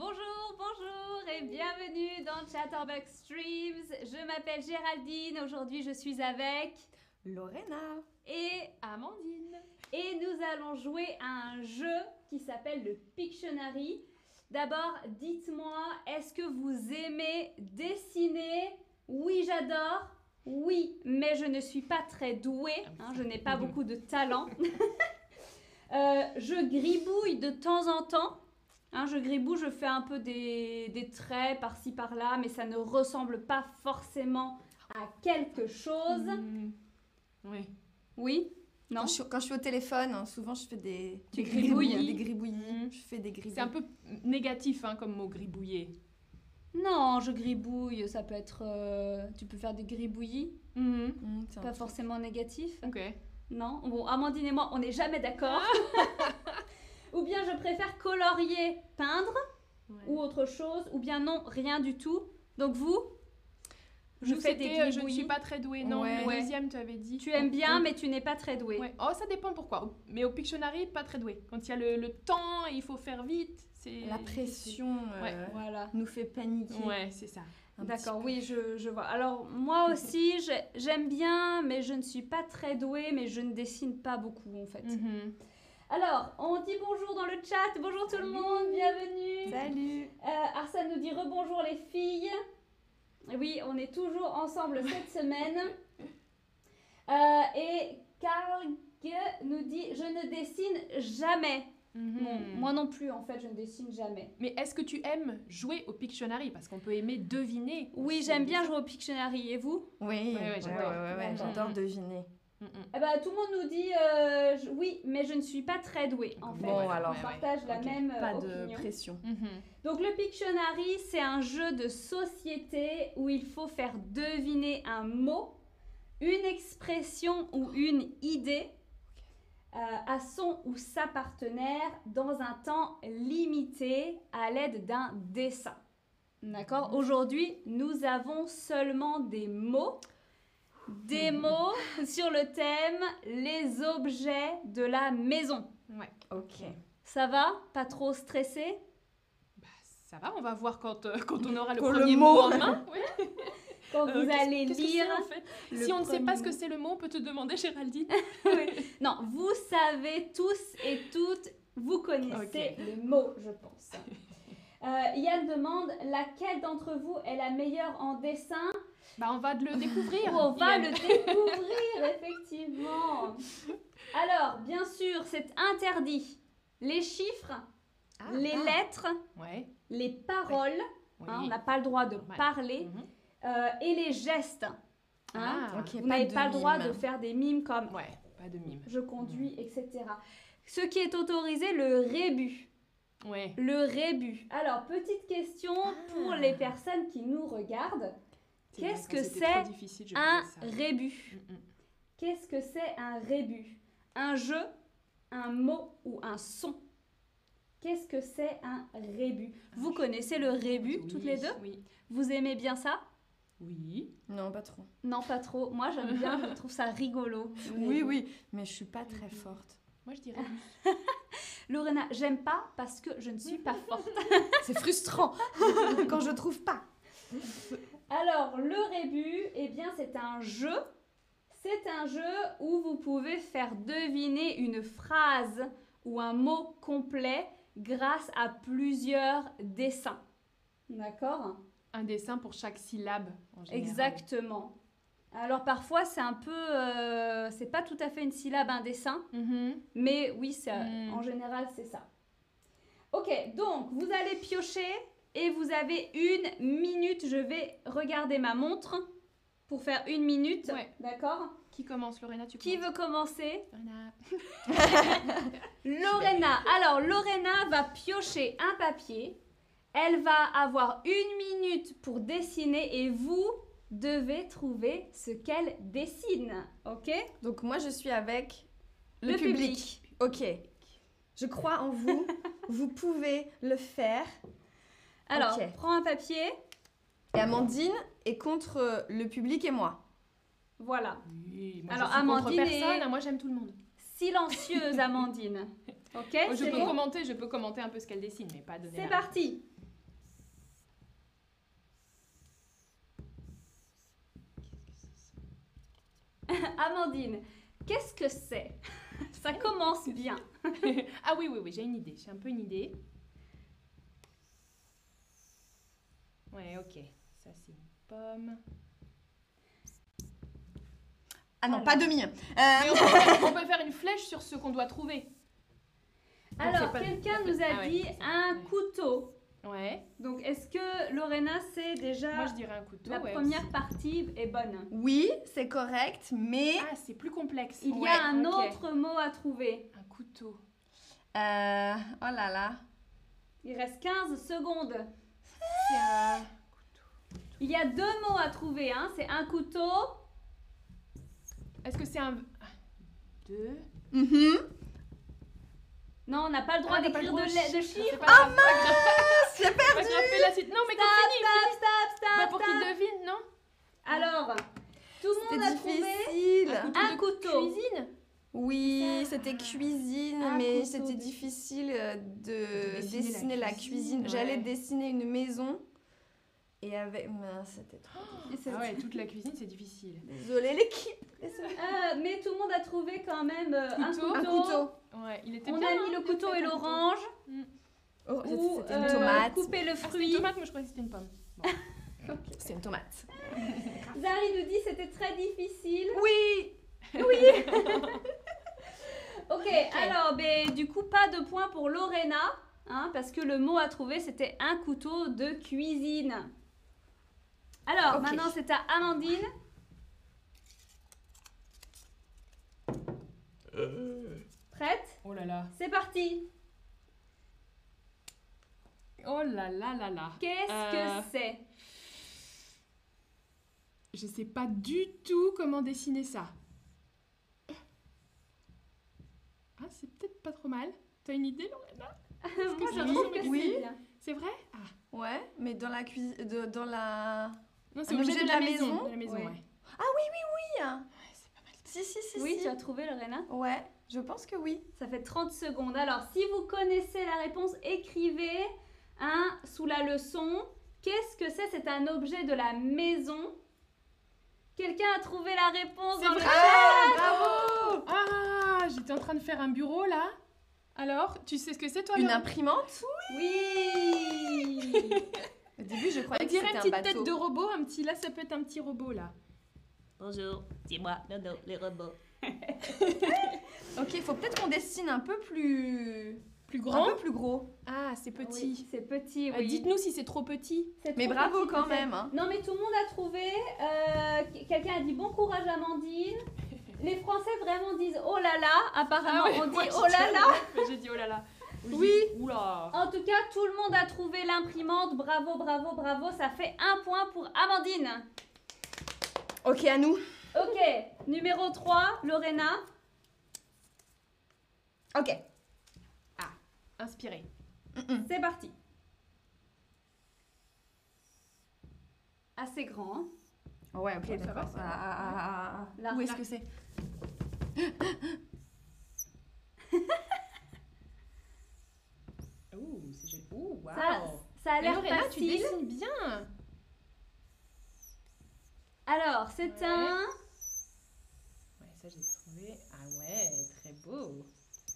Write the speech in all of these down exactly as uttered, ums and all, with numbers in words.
Bonjour, bonjour et bienvenue dans Chatterbug Streams. Je m'appelle Géraldine, aujourd'hui je suis avec Lorena et Amandine. Et nous allons jouer à un jeu qui s'appelle le Pictionary. D'abord, dites-moi, est-ce que vous aimez dessiner? Oui, j'adore. Oui, mais je ne suis pas très douée, hein, je n'ai pas beaucoup de talent. euh, je gribouille de temps en temps. Hein, je gribouille, je fais un peu des, des traits par-ci par-là, mais ça ne ressemble pas forcément à quelque chose. Mmh. Oui. Oui? Non? Quand je, suis, quand je suis au téléphone, hein, souvent je fais des, Tu des gribouilles. gribouillis, des gribouillis. Mmh. Je fais des gribouillis. C'est un peu négatif hein, comme mot gribouiller. Non, je gribouille, ça peut être... euh, tu peux faire des gribouillis, Mmh. Mmh, c'est un pas truc. forcément négatif. Ok. Non? Bon, Amandine et moi, on n'est jamais d'accord. Ou bien je préfère colorier, peindre, Ouais. ou autre chose, ou bien non, rien du tout. Donc vous, je Nous, fais des c'était, euh, je ne gribouillis. suis pas très douée, non. Ouais. Le Ouais. deuxième, tu avais dit. Tu aimes bien, Ouais. mais tu n'es pas très douée. Ouais. Oh, ça dépend pourquoi. Mais au Pictionary, pas très douée. Quand il y a le, le temps et il faut faire vite, c'est... La pression euh, Ouais. Voilà. nous fait paniquer. Ouais, c'est ça. un D'accord, petit oui, je, je vois. Alors, moi aussi, j'ai- j'aime bien, mais je ne suis pas très douée, mais je ne dessine pas beaucoup, en fait. Mhm. Alors, on dit bonjour dans le chat. Bonjour tout le monde, bienvenue. peu. Salut. Euh, Arsène nous dit rebonjour les filles. Oui, on est toujours ensemble cette semaine. Euh, et Karl G nous dit je ne dessine jamais. Mhm. Bon, moi non plus, en fait, je ne dessine jamais. Mais est-ce que tu aimes jouer au Pictionary? Parce qu'on peut aimer deviner. Oui, aussi j'aime les bien dessins. jouer au Pictionary. Et vous? Oui, ouais, ouais, j'adore. ouais, ouais, ouais, D'accord. j'adore Mhm. deviner. Mhm. Eh ben, tout le monde nous dit euh, je- oui, mais je ne suis pas très douée, en fait. Bon, alors, on partage la ok, même euh, Pas de opinion. pression. Mhm. Donc le Pictionary, c'est un jeu de société où il faut faire deviner un mot, une expression ou une idée euh, à son ou sa partenaire dans un temps limité à l'aide d'un dessin. D'accord? Aujourd'hui, nous avons seulement des mots. Des mots sur le thème les objets de la maison. Ouais. Ok. Ça va? Pas trop stressé? Bah, ça va, on va voir quand, euh, quand on aura le Pour le premier mot. mot en main. Ouais. Quand Euh, vous qu'est-ce- allez qu'est-ce que lire... c'est, en fait le Si on ne sait premier pas ce que mot. c'est le mot, on peut te demander, Géraldine. Non, vous savez tous et toutes, vous connaissez Ok. le mot, je pense. Euh, Yann demande laquelle d'entre vous est la meilleure en dessin. Bah, on va le découvrir. On va Yann. le découvrir, effectivement. Alors, bien sûr, c'est interdit. Les chiffres, Ah, les ah. lettres, Ouais. les paroles, Oui. hein, on n'a pas le droit de Normal. parler, Mhm. euh, et les gestes. Hein. Ah, Ok, Vous pas n'avez de pas le droit mime. de faire des mimes comme Ouais, pas de mime. je conduis, et cetera. Ce qui est autorisé, le rébut. Ouais. Le rébut. Alors, petite question pour les personnes qui nous regardent. C'est Qu'est-ce vrai, que quand c'était c'est trop difficile, je Un faisais ça. rébut. Mm, mm. Qu'est-ce que c'est un rébut? Un jeu, un mot ou un son? Qu'est-ce que c'est un rébut? Vous jeu. connaissez le rébut, Oui, toutes les deux? Oui. Vous aimez bien ça? Oui. Non, pas trop. Non, pas trop. Moi, j'aime bien, je trouve ça rigolo. le Oui, rébut. oui, mais je suis pas très Mhm. forte. Moi, je dirais Lorena, j'aime pas parce que je ne suis pas forte. C'est frustrant quand je trouve pas. Alors, le rébut, eh bien, c'est un jeu. C'est un jeu où vous pouvez faire deviner une phrase ou un mot complet grâce à plusieurs dessins. D'accord? un dessin pour chaque syllabe. En général. Exactement. Alors, parfois, c'est un peu... euh, c'est pas tout à fait une syllabe, un dessin. Mhm. Mais oui, c'est, Mm. en général, c'est ça. Ok, donc, vous allez piocher et vous avez une minute. Je vais regarder ma montre pour faire une minute. Ouais. D'accord? Qui commence, Lorena? Tu Qui commences. veut commencer? Lorena. Lorena. Alors, Lorena va piocher un papier. Elle va avoir une minute pour dessiner et vous devez trouver ce qu'elle dessine. Ok? Donc moi, je suis avec le, Le public. Ok. Je crois en vous. Vous pouvez le faire. Alors, Ok. prends un papier. Et Amandine est contre le public et moi. Voilà. Oui, moi, Alors, je suis contre Amandine personne. est- hein, Moi, j'aime tout le monde. Silencieuse, Amandine. Ok? Moi, je c'est peux bon. commenter, je peux commenter un peu ce qu'elle dessine, mais pas donner. C'est la parti. Amandine, qu'est-ce que c'est? Ça commence bien. Ah oui, oui, oui, j'ai une idée. J'ai un peu une idée. Ouais, ok. Ça, c'est une pomme. Ah non, Alors. pas demi. Euh, Mais on, peut, on peut faire une flèche sur ce qu'on doit trouver. Donc, Alors, c'est pas- quelqu'un c'est nous pas- a ah ouais, dit c'est ça, un ouais. couteau. Ouais. Donc, est-ce que Lorena sait déjà Moi, je dirais un couteau. la ouais, première aussi. partie est bonne? Oui, c'est correct, mais... Ah, c'est plus complexe. Il y Ouais, a un ok. autre mot à trouver. Un couteau. Euh, oh là là. Il reste quinze secondes. C'est un... Il y a deux mots à trouver. Hein. C'est un couteau. Est-ce que c'est un... Deux... Mhm. Non, on n'a pas le droit Ah, on n'a pas le d'écrire droit de, de le- de chiffres. chiffres. C'est pas grave, pas grave. C'est Pas perdu. grave, fais la suite. Non, mais Stop, continue. stop, stop, stop, Bah, pour stop. qu'il devine, non? Alors, tout le monde a C'était trouvé difficile. un de couteau. Cuisine. Oui, c'était cuisine, Un mais couteau c'était de- difficile euh, de, De dessiner dessiner, la la cuisine, cuisine. ouais. J'allais dessiner une maison et avec... mince, c'était trop... Et c'est- Ah ouais, toute la cuisine, c'est difficile. Désolée l'équipe. Désolée. Euh, mais tout le monde a trouvé quand même euh, un Couteau. couteau. Un couteau. Ouais, il était On bien. a hein, mis le bien couteau fait, et ton l'orange. Oh, Ou c'était une euh, tomate. couper le Ah, c'était une fruit. tomate, moi je croyais que c'était une pomme. Bon. C'est une tomate. Zari nous dit c'était très difficile. Oui. Ok, alors ben, du coup pas de points pour Lorena, hein, parce que le mot à trouver c'était un couteau de cuisine. Alors Ok. maintenant c'est à Amandine. Prête? Oh là là. C'est parti. Oh là là là là. Qu'est-ce Euh. que c'est? Je sais pas du tout comment dessiner ça. Ah, c'est peut-être pas trop mal. T'as une idée, Lorena? Moi c'est je oui, trouve que oui. c'est bien. C'est vrai? Ah. Ouais, mais dans la cuisine... Dans la... Non, c'est Un objet, objet de la, maison. De la maison, Oui. ouais. Oui. Ouais, c'est pas mal. Si, si, si, Oui, si. tu as trouvé Lorena? Ouais, je pense que oui. Ça fait trente secondes. Alors, si vous connaissez la réponse, écrivez hein, sous la leçon. Qu'est-ce que c'est? C'est un objet de la maison. Quelqu'un a trouvé la réponse C'est dans le vrai. chat? Bravo. Ah, j'étais en train de faire un bureau là. Alors, tu sais ce que c'est toi Une Laure? imprimante. Oui. Au début, je On croyais que dirait c'était une un petite bateau. tête de robot, un petit là, ça peut être un petit robot là. Bonjour, c'est moi, Nono, les robots. Ok, il faut peut-être qu'on dessine un peu plus... Plus Un grand? peu plus gros. Ah, c'est Oui, petit. c'est petit, Euh, oui. Dites-nous si c'est trop petit. C'est Mais trop bravo petit, quand peut-être. même. Hein. Non, mais tout le monde a trouvé. Euh, Quelqu'un a dit bon courage, Amandine. Les Français vraiment disent oh là là. Apparemment, Ah ouais, on dit moi, j'ai oh là dit- là. J'ai dit oh là là. Oui. Oula. En tout cas, tout le monde a trouvé l'imprimante. Bravo, bravo, bravo. Ça fait un point pour Amandine. Ok, à nous. Ok, numéro trois, Lorena. Ok. Inspiré. C'est parti. Assez grand. hein. Ouais, ok, Ouais, ça d'accord. va, ça va. Ah, ah, ah, ah, ah. Là, Où est-ce là. que c'est? Ouh, c'est joli. Ouh, waouh. Ça, ça a Mais l'air Lorena, tu facile. dessines bien. Alors, c'est Ouais. un... Ouais, ça j'ai trouvé. Ah ouais, très beau.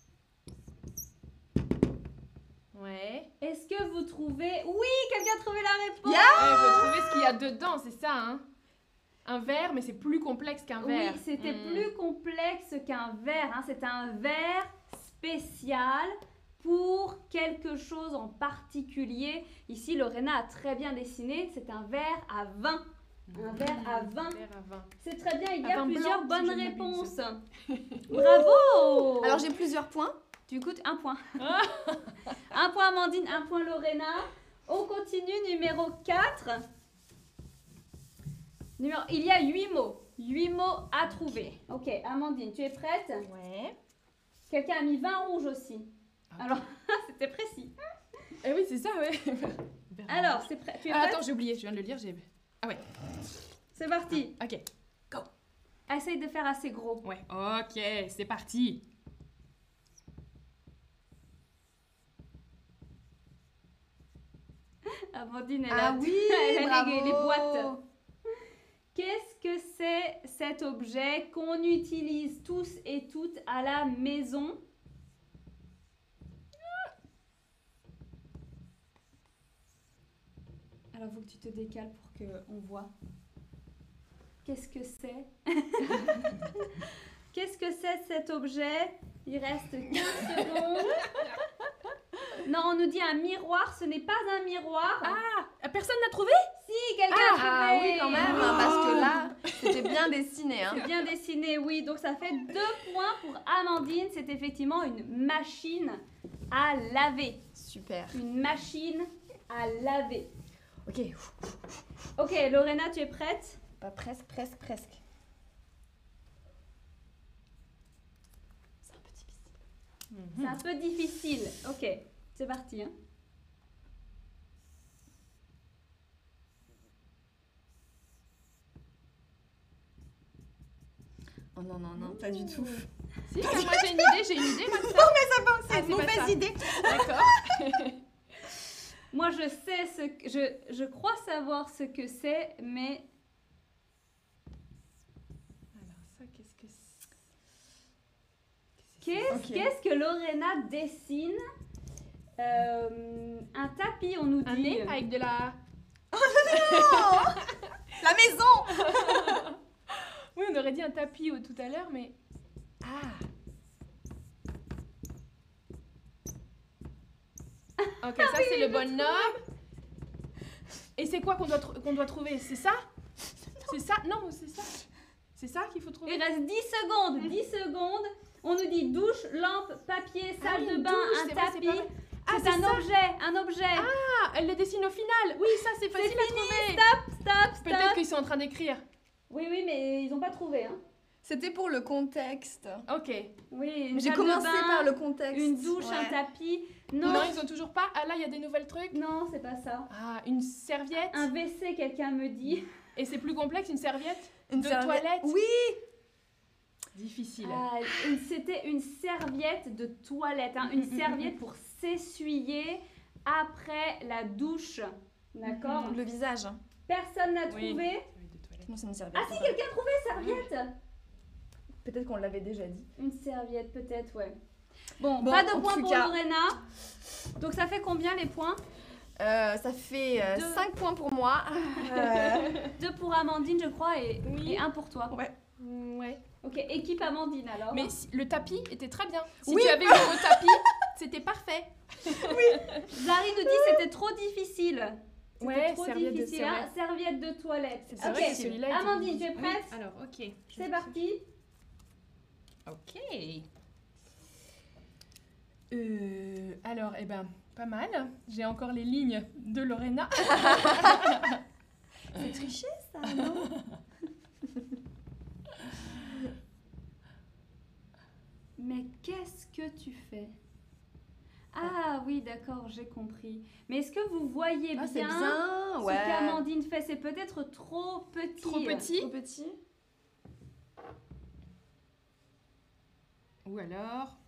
Ouais. Est-ce que vous trouvez... Oui, quelqu'un a trouvé la réponse. Yeah. Ouais, faut trouver ce qu'il y a dedans, c'est ça, hein. Un verre, mais c'est plus complexe qu'un verre. Oui, c'était Hmm. plus complexe qu'un verre. Hein. C'est un verre spécial pour quelque chose en particulier. Ici, Lorena a très bien dessiné. C'est un verre à vin. Un verre à vin. Un verre à vin. C'est très bien, il y À a vin plusieurs blanc, si bonnes je ne réponses. m'abuse. Bravo. Alors, j'ai plusieurs points. Du coup, un point. Ah. Un point Amandine, un point Lorena. On continue, numéro quatre. Numéro... Il y a huit mots. huit mots à trouver. Ok, Amandine, tu es prête? Ouais. Quelqu'un a mis vin rouge aussi. Ah. Alors, c'était précis. Eh oui, c'est ça, ouais. Alors, c'est prêt. Tu es Ah, prête? attends, j'ai oublié, je viens de le lire, j'ai... Ah ouais, C'est parti. ok. Essaye de faire assez gros. Ouais, ok, c'est parti. Amandine, elle Ah a, oui, elle a bravo. les, les boîtes. Qu'est-ce que c'est cet objet qu'on utilise tous et toutes à la maison? Alors, il faut que tu te décales pour qu'on voit. Qu'est-ce que c'est? Qu'est-ce que c'est cet objet? Il reste quinze secondes. Non, on nous dit un miroir, ce n'est pas un miroir. Ah, personne n'a trouvé? Si, quelqu'un a Ah trouvé. oui, quand même, hein, parce que là, c'était bien dessiné. Hein. C'est bien dessiné, oui. Donc ça fait deux points pour Amandine. C'est effectivement une machine à laver. Super. Une machine à laver. Ok. Ok, Lorena, tu es prête? Pas presque, presque, presque. C'est un peu difficile. C'est un peu difficile. Ok, c'est parti. Hein. Oh non, non, non, pas du tout. Si, moi j'ai une idée, j'ai une idée maintenant. Non, mais c'est bon, c'est Ah, une c'est pas mauvaise ça. idée. D'accord. Moi, je sais ce que... Je, je crois savoir ce que c'est, mais... Alors ça, qu'est-ce que c'est? Qu'est-ce Ok. qu'est-ce que Lorena dessine? Euh, un tapis, on nous dit. Un nez avec de la... La maison. Oui, on aurait dit un tapis euh, tout à l'heure, mais... Ah. Ok, ça c'est le bonhomme. Et c'est quoi qu'on doit, tr- qu'on doit trouver? C'est ça? C'est ça? Non, c'est ça. C'est ça qu'il faut trouver? Il reste dix secondes, dix secondes. On nous dit douche, lampe, papier, Ah salle oui, de une bain, douche, un c'est vrai, c'est tapis. pas mal. Ah, c'est c'est un ça. objet, un objet. Ah, elle le dessine au final. Oui, ça c'est facile à fini, trouver. Stop, Peut-être stop. qu'ils sont en train d'écrire. Oui, oui, mais ils n'ont pas trouvé. Hein. C'était pour le contexte. Ok. Oui, une J'ai salle de commencé bain, par le contexte. une douche, un Ouais. tapis. Non, Non, ils ont toujours pas. Ah là, il y a des nouvelles trucs. non, c'est pas ça. Ah, une serviette. Un W C, quelqu'un me dit. Et c'est plus complexe, une serviette Une de serviette. toilette. Oui. Difficile. Ah, une- C'était une serviette de toilette, hein, une Mm, mm, serviette pour s'essuyer après la douche. D'accord. Le visage. Personne n'a Oui. trouvé. Serviette de toilette. Sinon, c'est une serviette. Ah si, quelqu'un a trouvé serviette. Peut-être qu'on l'avait déjà dit. Une serviette, peut-être, ouais. Bon, Bon, pas de en points tout pour cas. Lorena. Donc ça fait combien les points? Euh, ça fait Deux. cinq points pour moi. Euh, Deux pour Amandine, je crois, et, Oui. et un pour toi. ouais. Mm, Ouais. Ok, équipe Amandine alors. Mais si- le tapis était très bien. Si Oui. tu avais eu le mot tapis, c'était parfait. Zari nous dit c'était trop difficile. C'était Ouais, trop serviette de- difficile. c'est hein. vrai. Serviette de toilette. C'est Ok. vrai que celui-là était Amandine, tu es difficile. prête? Oui, alors, ok. C'est parti. Ok. Euh, alors, eh ben, pas mal. J'ai encore les lignes de Lorena. C'est triché ça, non? Mais qu'est-ce que tu fais? Ah oui, d'accord, j'ai compris. Mais est-ce que vous voyez Ah, bien, c'est bien. ce Ouais. qu'Amandine fait? C'est peut-être trop petit. Trop petit. Trop petit. Ou alors...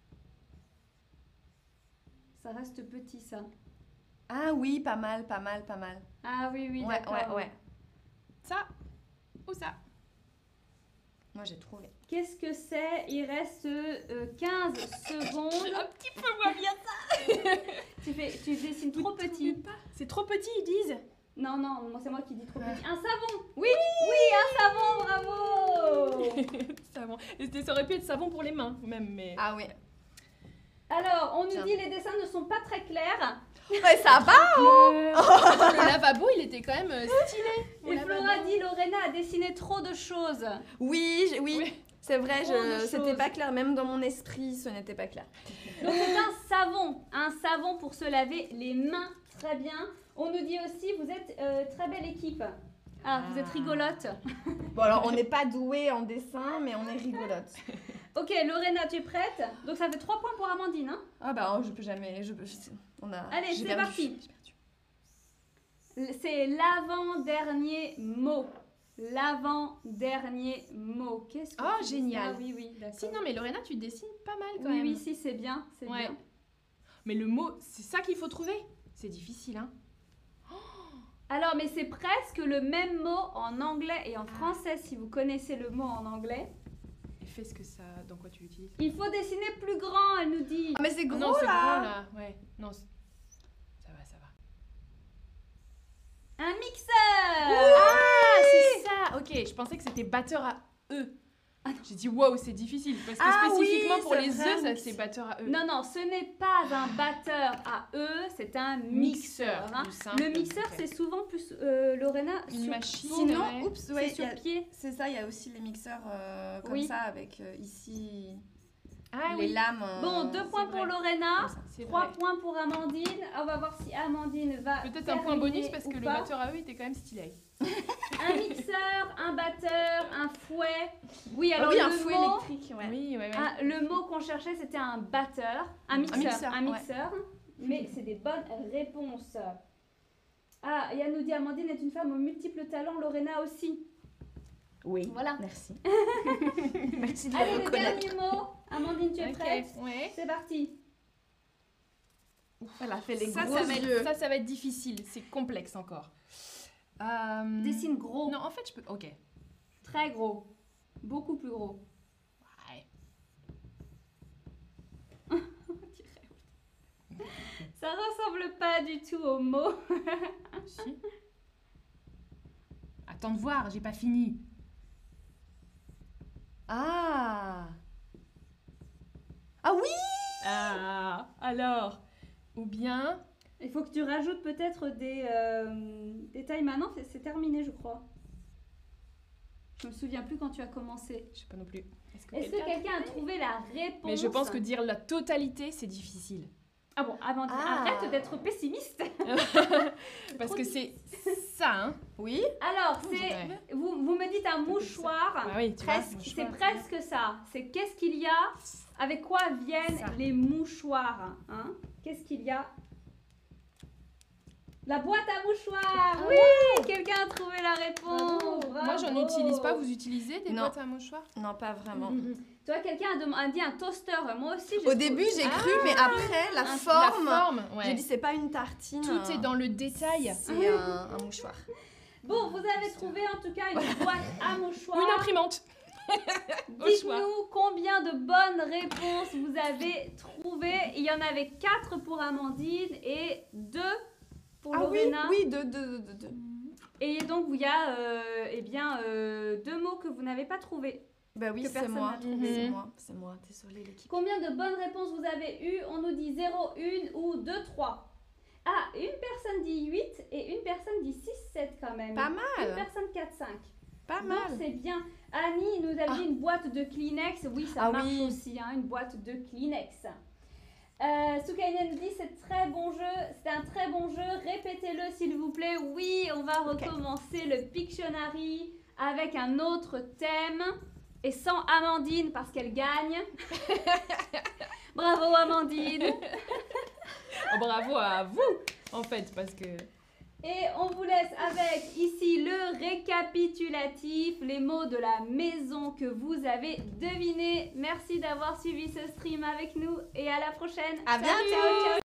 Ça reste petit, ça. Ah oui, pas mal, pas mal, pas mal. Ah oui, oui, ouais, d'accord. ouais, ouais. Ça ou ça. Moi, j'ai trouvé. Qu'est-ce que c'est? Il reste euh, quinze secondes. Un petit peu moins bien ça. Tu, fais, tu dessines trop petit. C'est trop petit, ils disent. Non, non, moi c'est moi qui dis trop Ah. petit. Un savon! Oui. Oui, un savon, bravo! savon. Et c'était- ça aurait pu être savon pour les mains, même, mais... Ah oui. Alors, on nous Tiens. dit les dessins ne sont pas très clairs. Ouais, ça va. Le... le lavabo, il était quand même euh, stylé. mon Et lavabo. Flora dit Lorena a dessiné trop de choses. Oui, j'ai- oui. Oui. C'est vrai, Trop de je... choses. c'était pas clair. Même dans mon esprit, ce n'était pas clair. Donc c'est un savon, un savon pour se laver les mains. Très bien. On nous dit aussi, vous êtes euh, très belle équipe. Ah, vous êtes rigolote. Bon, alors, on n'est pas doué en dessin, mais on est rigolote. Ok, Lorena, tu es prête? Donc ça fait trois points pour Amandine. Hein. Ah bah, oh, je peux jamais. Je... je- On a... Allez, j'ai c'est perdu. parti. J'ai perdu. C'est l'avant-dernier mot. L'avant-dernier mot. Qu'est-ce que Oh, tu génial. dessines? Ah oui, oui, d'accord. Si, non, mais Lorena, tu dessines pas mal quand Oui, même. oui, si, c'est bien, c'est Ouais. bien. Mais le mot, c'est ça qu'il faut trouver. C'est difficile, hein. Alors, mais c'est presque le même mot en anglais et en français, si vous connaissez le mot en anglais. Et fais ce que ça... Dans quoi tu l'utilises? Il faut dessiner plus grand, elle nous dit. Ah, mais c'est Oh gros non, c'est là. grand là. Ouais. Non, c'est- ça va, ça va. Un mixeur. Ah, c'est ça. Ok, je pensais que c'était batteur à E. Ah non. J'ai dit waouh, c'est difficile parce que Ah spécifiquement oui, pour c'est les vrai, œufs, ça mix- c'est batteur à E. Non, non, ce n'est pas un batteur à E, c'est un mixeur. hein. plus simple. Le mixeur, Ok. c'est souvent plus, euh, Lorena, Une sur, machine. Sinon, ouais. oups, c'est ouais, sur y a- pied. c'est ça, il y a aussi les mixeurs euh, comme Oui. ça avec euh, ici Ah les oui, lames. euh, Bon, deux points c'est pour vrai. Lorena, comme ça. c'est trois vrai. points pour Amandine. On va voir si Amandine va Peut-être un point terminer bonus parce ou que le pas. batteur à E était quand même stylé. Un mixeur, un batteur, un fouet. Oui, Ah alors oui, un le fouet mot, électrique, ouais. Oui, ouais, ouais. ah, le mot qu'on cherchait, c'était un batteur, un mixeur, mixeur, un ouais. mixeur. Mais c'est des bonnes réponses. Ah, Yann nous dit Amandine est une femme aux multiples talents, Lorena aussi. Oui. Voilà. Merci. Merci de Allez, le le reconnaître. dernier mot. Amandine, tu es Ok, prête? ouais. C'est parti. Elle a fait les Ça, gros ça va, yeux. être, ça, ça va être difficile. C'est complexe encore. Euh, Dessine gros. Non, en fait, je peux. Ok. Très gros. Beaucoup plus gros. Ouais. Ça ressemble pas du tout au mot. Si. Attends de voir, j'ai pas fini. Ah. Ah oui. Ah, alors. Ou bien. Il faut que tu rajoutes peut-être des euh, détails. Maintenant, c'est- c'est terminé, je crois. Je me souviens plus quand tu as commencé. Je sais pas non plus. Est-ce que Est-ce que quelqu'un a trouvé la réponse? Mais je pense que dire la totalité, c'est difficile. Ah bon, Amandine, Ah. arrête d'être pessimiste. Parce trop que c'est ça, hein. Oui. Alors, Ouais. c'est vous, vous me dites un mouchoir. Bah oui, tu vois, Presque, c'est mouchoir. presque ça. C'est qu'est-ce qu'il y a? Avec quoi viennent Ça. les mouchoirs, hein? Qu'est-ce qu'il y a? La boîte à mouchoirs. Oui, quelqu'un a trouvé la réponse. Moi, j'en Bravo. utilise pas. Vous utilisez des Non. boîtes à mouchoirs? Non, pas vraiment. Mm, mm, mm. Toi, quelqu'un a, dem- a dit un toaster. Moi aussi. j'ai Au trouvé- début, j'ai Ah. cru, mais après, la Un- la forme, La forme, ouais. j'ai dit c'est pas une tartine. Tout est dans le détail. C'est un, un mouchoir. Bon, vous avez trouvé en tout cas une boîte à mouchoirs. Ou une imprimante. Au choix. Dites-nous combien de bonnes réponses vous avez trouvées. Il y en avait quatre pour Amandine et deux pour Ah oui, Lorena. oui, deux, deux, deux, deux. Et donc, il y a euh, eh bien, euh, deux mots que vous n'avez pas trouvés. Bah oui, Que c'est personne moi. n'a trouvé. C'est Mhm. moi, c'est moi. Désolée l'équipe. Combien de bonnes réponses vous avez eues? On nous dit zéro, une ou deux, trois. Ah, une personne dit huit et une personne dit six, sept quand même. Pas Une mal, personne quatre, cinq. pas Non, mal. c'est bien. Annie nous a Ah. dit une boîte de Kleenex. Oui, ça Ah marche oui. aussi, hein, une boîte de Kleenex. Euh, Soukaina nous dit c'est très bon jeu, c'est un très bon jeu. Répétez-le s'il vous plaît. Oui, on va Ok. recommencer le Pictionary avec un autre thème et sans Amandine parce qu'elle gagne. Bravo Amandine. Oh, bravo à vous, en fait, parce que. Et on vous laisse avec ici le récapitulatif, les mots de la maison que vous avez devinés. Merci d'avoir suivi ce stream avec nous et à la prochaine. À Ciao, bientôt. ciao, ciao.